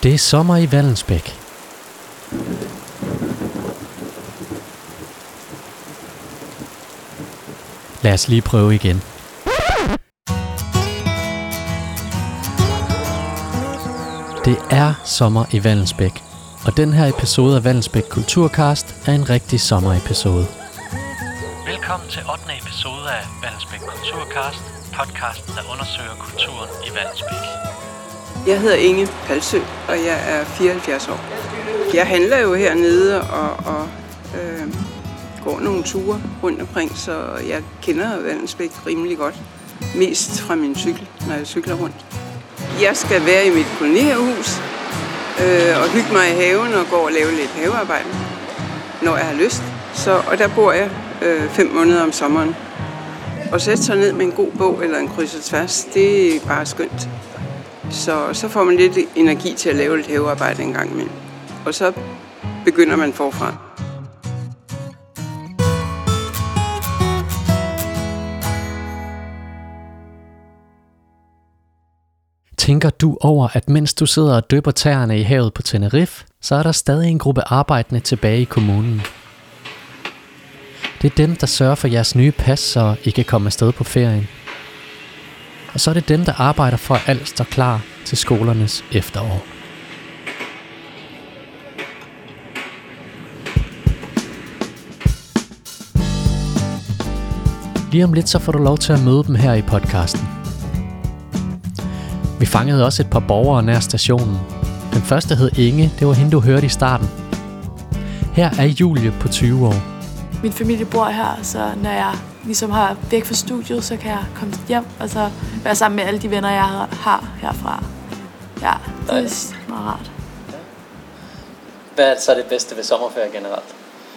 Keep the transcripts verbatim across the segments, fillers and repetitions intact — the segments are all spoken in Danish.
Det er sommer i Vallensbæk. Lad os lige prøve igen. Det er sommer i Vallensbæk, og den her episode af Vallensbæk Kulturcast er en rigtig sommerepisode. Velkommen til ottende episode af Vallensbæk Kulturcast, podcasten der undersøger kulturen i Vallensbæk. Jeg hedder Inge Palsø, og jeg er fireoghalvfjerds år. Jeg handler jo hernede og, og øh, går nogle ture rundt omkring, så jeg kender Vallensbæk rimelig godt. Mest fra min cykel, når jeg cykler rundt. Jeg skal være i mit kolonihavehus øh, og hygge mig i haven og gå og lave lidt havearbejde, når jeg har lyst. Så, og der bor jeg øh, fem måneder om sommeren. Og sætte sig ned med en god bog eller en kryds og tværs, det er bare skønt. Så, så får man lidt energi til at lave lidt havearbejde en gang imellem. Og så begynder man forfra. Tænker du over, at mens du sidder og dypper tæerne i havet på Tenerife, så er der stadig en gruppe arbejdende tilbage i kommunen. Det er dem, der sørger for jeres nye pas, så I kan komme afsted på ferien. Og så er det dem, der arbejder for, at alt står klar til skolernes efterår. Lige om lidt så får du lov til at møde dem her i podcasten. Vi fangede også et par borgere nær stationen. Den første hed Inge, det var hende du hørte i starten. Her er Julie på tyve år. Min familie bor her, så når jeg ligesom har væk fra studiet, så kan jeg komme hjem og så være sammen med alle de venner, jeg har herfra. Ja, det er meget rart. Hvad er så det bedste ved sommerferie generelt?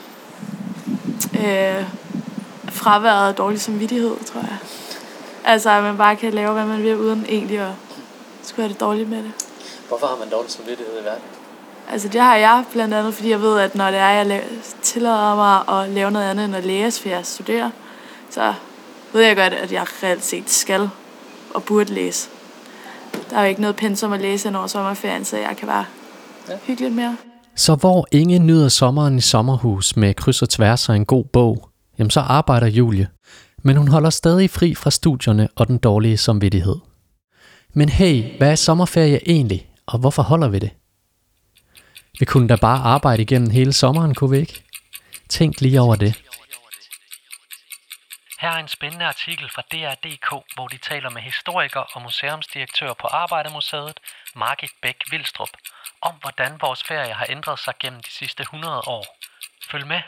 Øh, fraværet af dårlig samvittighed, tror jeg. Altså, at man bare kan lave, hvad man vil, uden egentlig at skulle have det dårligt med det. Hvorfor har man dårlig samvittighed i verden? Altså, det har jeg blandt andet, fordi jeg ved, at når det er, jeg tillader mig at lave noget andet end at læse, for jeg studerer, så ved jeg godt, at jeg reelt set skal og burde læse. Der er jo ikke noget pensum at læse ind over sommerferien, så jeg kan bare ja. hygge lidt mere. Så hvor Inge nyder sommeren i sommerhus med kryds og tværs og en god bog, jamen så arbejder Julie. Men hun holder stadig fri fra studierne og den dårlige samvittighed. Men hey, hvad er sommerferie egentlig, og hvorfor holder vi det? Vi kunne da bare arbejde igennem hele sommeren, kunne vi ikke? Tænk lige over det. Her er en spændende artikel fra D R punktum d k, hvor de taler med historiker og museumsdirektør på Arbejdermuseet, Margit Bech-Vilstrup, om hvordan vores ferie har ændret sig gennem de sidste hundrede år. Følg med.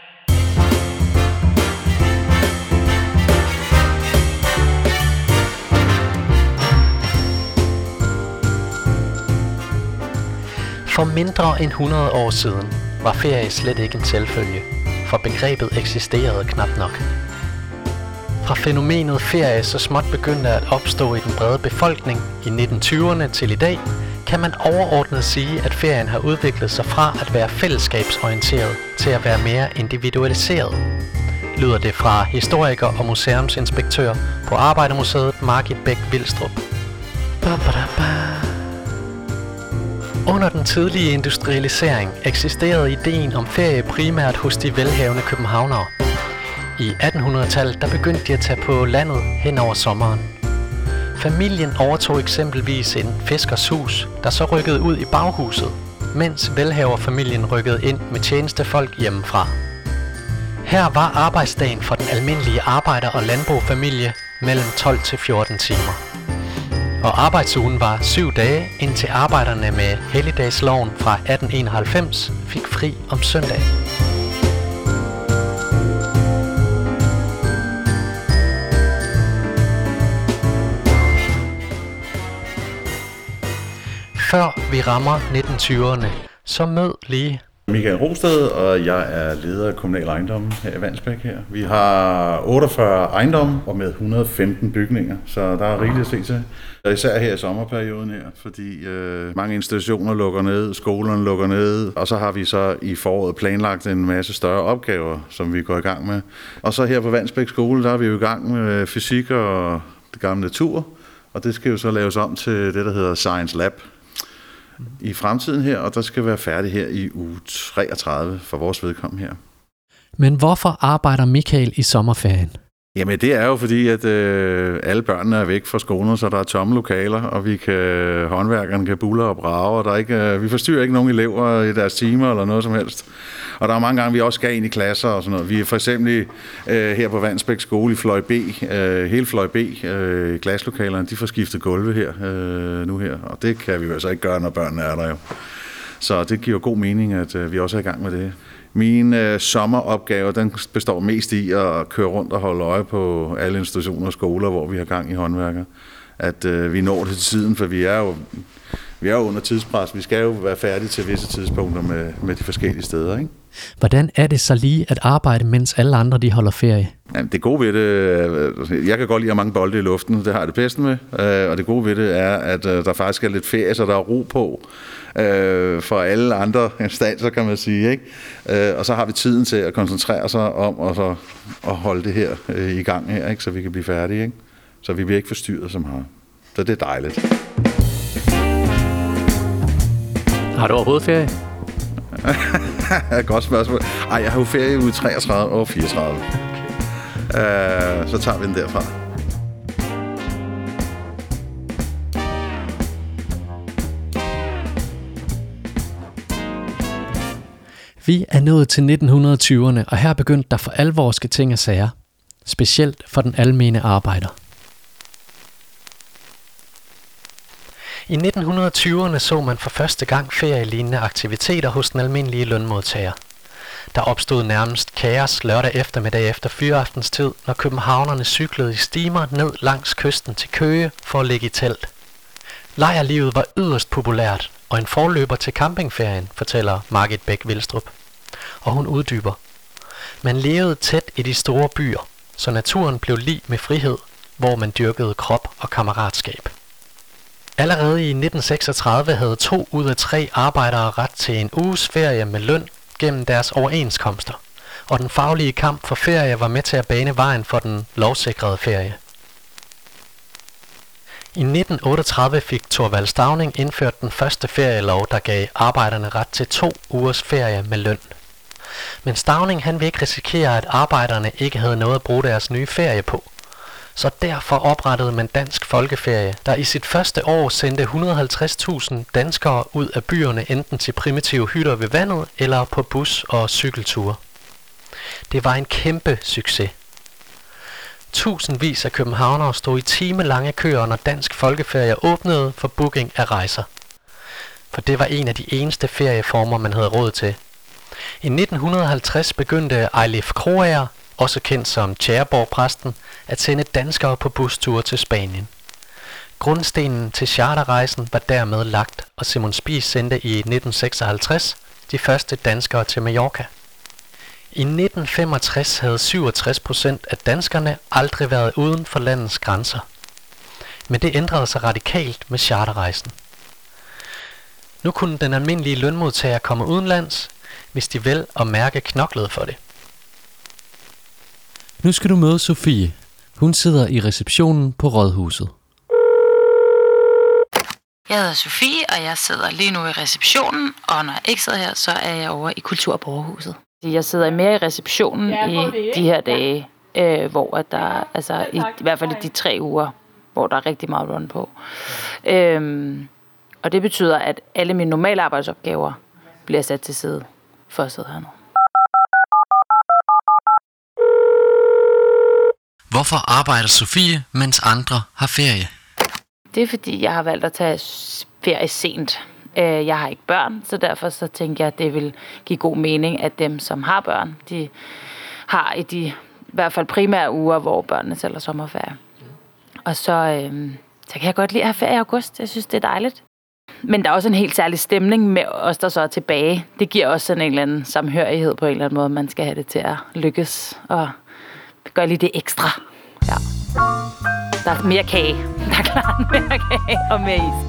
For mindre end hundrede år siden var ferie slet ikke en selvfølge, for begrebet eksisterede knap nok. Fra fænomenet ferie så småt begyndte at opstå i den brede befolkning i nitten tyverne til i dag, kan man overordnet sige, at ferien har udviklet sig fra at være fællesskabsorienteret til at være mere individualiseret. Lyder det fra historiker og museumsinspektør på Arbejdermuseet Margit Bech-Vilstrup. Under den tidlige industrialisering eksisterede ideen om ferie primært hos de velhavende københavnere. I attenhundredetallet der begyndte de at tage på landet hen over sommeren. Familien overtog eksempelvis en fiskers hus, der så rykkede ud i baghuset, mens velhaverfamilien rykkede ind med tjenestefolk hjemmefra. Her var arbejdsdagen for den almindelige arbejder- og landbrugfamilie mellem tolv til fjorten timer. Og arbejdsugen var syv dage, indtil arbejderne med helligdagsloven fra atten enoghalvfems fik fri om søndag. Før vi rammer nitten tyverne, så mød lige Michael Rosted, og jeg er leder af kommunal ejendom her i Vallensbæk her. Vi har otteogfyrre ejendomme og med et hundrede og femten bygninger, så der er rigeligt at se til. Især her i sommerperioden her, fordi øh, mange institutioner lukker ned, skolerne lukker ned, og så har vi så i foråret planlagt en masse større opgaver, som vi går i gang med. Og så her på Vallensbæk skole, der er vi jo i gang med fysik og det gamle natur, og det skal jo så laves om til det, der hedder Science Lab. i fremtiden her, og der skal være færdig her i uge treogtredive for vores vedkommende her. Men hvorfor arbejder Michael i sommerferien? Jamen det er jo fordi, at øh, alle børnene er væk fra skolen, så der er tomme lokaler, og vi kan, håndværkerne kan bulle og brage, og der er ikke, øh, vi forstyrrer ikke nogen elever i deres timer eller noget som helst. Og der er mange gange, vi også skal ind i klasser og sådan noget. Vi er for eksempel øh, her på Vandsbæk skole i Fløj B, øh, hele Fløj B, øh, klasselokalerne, de får skiftet gulve her øh, nu her, og det kan vi jo altså ikke gøre, når børnene er der jo. Så det giver god mening, at øh, vi også er i gang med det. Min øh, sommeropgave, den består mest i at køre rundt og holde øje på alle institutioner og skoler, hvor vi har gang i håndværker. At øh, vi når det til tiden, for vi er jo vi er jo under tidspres. Vi skal jo være færdige til visse tidspunkter med, med de forskellige steder, ikke? Hvordan er det så lige at arbejde, mens alle andre de holder ferie? Jamen, det gode ved det, jeg kan godt lide at have mange bolde i luften, det har jeg det bedste med, og det gode ved det er, at der faktisk er lidt ferie, så der er ro på for alle andre instanser, kan man sige, ikke? Og så har vi tiden til at koncentrere sig om og så at holde det her i gang her, ikke? Så vi kan blive færdige, ikke? Så vi bliver ikke forstyrret så meget. Så det er dejligt. Har du overhovedet ferie? Godt spørgsmål. Ej, jeg har jo ferie ude treogtredive og fireogtredive. Okay. Uh, så tager vi den derfra. Vi er nået til nitten tyverne, og her begyndte der for alvor ske ting og sager. Specielt for den almene arbejder. I nitten tyverne så man for første gang ferielignende aktiviteter hos den almindelige lønmodtager. Der opstod nærmest kaos lørdag eftermiddag efter fyraftenstid, når københavnerne cyklede i stimer ned langs kysten til Køge for at ligge i telt. Lejrlivet var yderst populært, og en forløber til campingferien, fortæller Margit Bæk-Vilstrup. Og hun uddyber. Man levede tæt i de store byer, så naturen blev lig med frihed, hvor man dyrkede krop og kammeratskab. Allerede i nitten seksogtredive havde to ud af tre arbejdere ret til en uges ferie med løn gennem deres overenskomster, og den faglige kamp for ferie var med til at bane vejen for den lovsikrede ferie. I nitten otteogtredive fik Thorvald Stauning indført den første ferielov, der gav arbejderne ret til to ugers ferie med løn. Men Stauning han ville ikke risikere, at arbejderne ikke havde noget at bruge deres nye ferie på. Så derfor oprettede man Dansk Folkeferie, der i sit første år sendte et hundrede og halvtreds tusind danskere ud af byerne enten til primitive hytter ved vandet eller på bus- og cykelture. Det var en kæmpe succes. Tusindvis af københavnere stod i timelange køer, når Dansk Folkeferie åbnede for booking af rejser. For det var en af de eneste ferieformer, man havde råd til. I nitten halvtreds begyndte Eilif Kroager, også kendt som Tjæreborg-præsten, at sende danskere på busture til Spanien. Grundstenen til charterrejsen var dermed lagt, og Simon Spies sendte i nitten seksoghalvtreds de første danskere til Mallorca. I nitten femogtres havde syvogtres procent af danskerne aldrig været uden for landets grænser. Men det ændrede sig radikalt med charterrejsen. Nu kunne den almindelige lønmodtager komme udenlands, hvis de vel og mærke knoklede for det. Nu skal du møde Sofie. Hun sidder i receptionen på Rådhuset. Jeg hedder Sofie, og jeg sidder lige nu i receptionen, og når jeg ikke sidder her, så er jeg over i Kulturborgerhuset. Jeg sidder mere i receptionen ja, i de her dage, øh, hvor at der, altså i, i hvert fald i de tre uger, hvor der er rigtig meget run på. Øhm, og det betyder, at alle mine normale arbejdsopgaver bliver sat til side for at sidde hernede. Hvorfor arbejder Sofie, mens andre har ferie? Det er fordi, jeg har valgt at tage ferie sent. Jeg har ikke børn, så derfor så tænker jeg, at det vil give god mening, at dem, som har børn, de har i de i hvert fald primære uger, hvor børnene selv har sommerferie. Og så, øhm, så kan jeg godt lide at have ferie i august. Jeg synes, det er dejligt. Men der er også en helt særlig stemning med os, der så er tilbage. Det giver også sådan en eller anden samhørighed på en eller anden måde. Man skal have det til at lykkes og gøre lige det ekstra. Ja. Der er mere kage. Der er klart mere kage og mere is.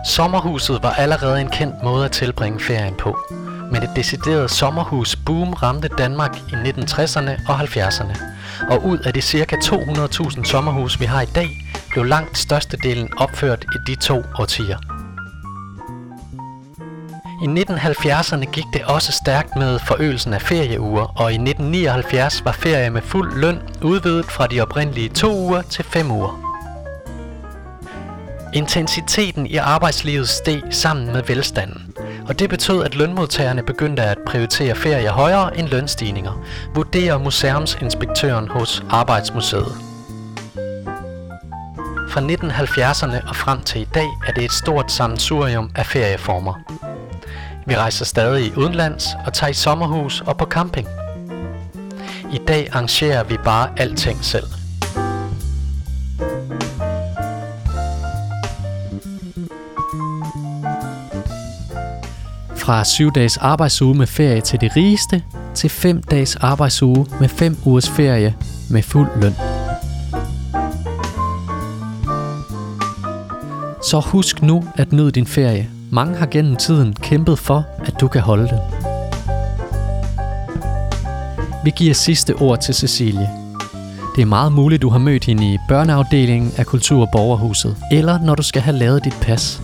Sommerhuset var allerede en kendt måde at tilbringe ferien på, men et decideret sommerhusboom ramte Danmark i nitten tresserne og halvfjerdserne, og ud af de ca. to hundrede tusind sommerhus, vi har i dag, blev langt størstedelen opført i de to årtier. I nitten halvfjerdserne gik det også stærkt med forøgelsen af ferieuger, og i nitten nioghalvfjerds var ferie med fuld løn udvidet fra de oprindelige to uger til fem uger. Intensiteten i arbejdslivet steg sammen med velstanden, og det betød, at lønmodtagerne begyndte at prioritere ferie højere end lønstigninger, vurderer museumsinspektøren hos Arbejdsmuseet. Fra nitten halvfjerdserne og frem til i dag er det et stort sammensurium af ferieformer. Vi rejser stadig udenlands og tager i sommerhus og på camping. I dag arrangerer vi bare alting selv. Fra syv dages arbejdsuge med ferie til de rigeste, til fem dages arbejdsuge med fem ugers ferie med fuld løn. Så husk nu at nyde din ferie. Mange har gennem tiden kæmpet for, at du kan holde det. Vi giver sidste ord til Cecilie. Det er meget muligt, du har mødt hende i børneafdelingen af Kultur- og Borgerhuset, eller når du skal have lavet dit pas.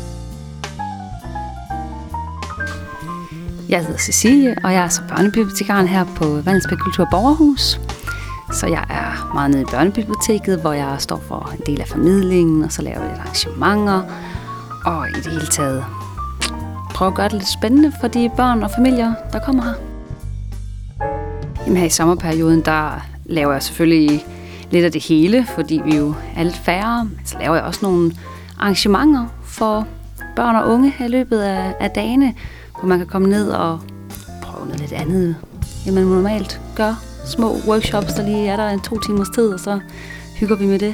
Jeg hedder Cecilie, og jeg er så børnebibliotekaren her på Vallensbæk Kultur- og Borgerhus. Så jeg er meget nede i børnebiblioteket, hvor jeg står for en del af formidlingen, og så laver vi arrangementer, og i det hele taget prøver at gøre det lidt spændende for de børn og familier, der kommer her. Jamen her i sommerperioden, der laver jeg selvfølgelig lidt af det hele, fordi vi jo er lidt færre. Men så laver jeg også nogle arrangementer for børn og unge i løbet af, af dagene, hvor man kan komme ned og prøve noget lidt andet, end man normalt gør. Små workshops, der lige er der en to timers tid, og så hygger vi med det.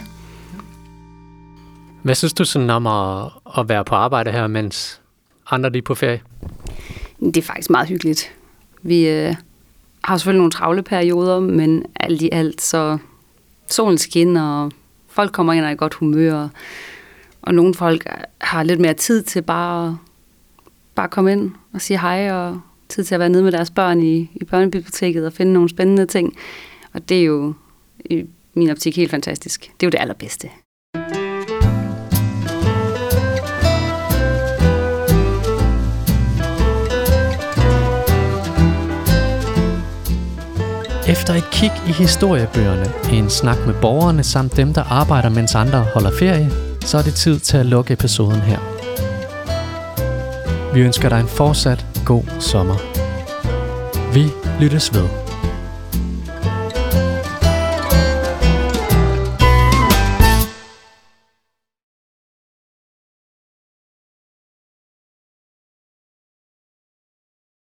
Hvad synes du sådan om at, at være på arbejde her, mens andre de er på ferie? Det er faktisk meget hyggeligt. Vi øh, har selvfølgelig nogle travle perioder, men alt i alt, så solen skinner, og folk kommer ind og er i godt humør. Og nogle folk har lidt mere tid til bare, bare at komme ind og sige hej, og tid til at være nede med deres børn i, i børnebiblioteket og finde nogle spændende ting. Og det er jo i min optik helt fantastisk. Det er jo det allerbedste. Efter et kig i historiebøgerne, en snak med borgerne samt dem, der arbejder, mens andre holder ferie, så er det tid til at lukke episoden her. Vi ønsker dig en fortsat god sommer. Vi lyttes ved.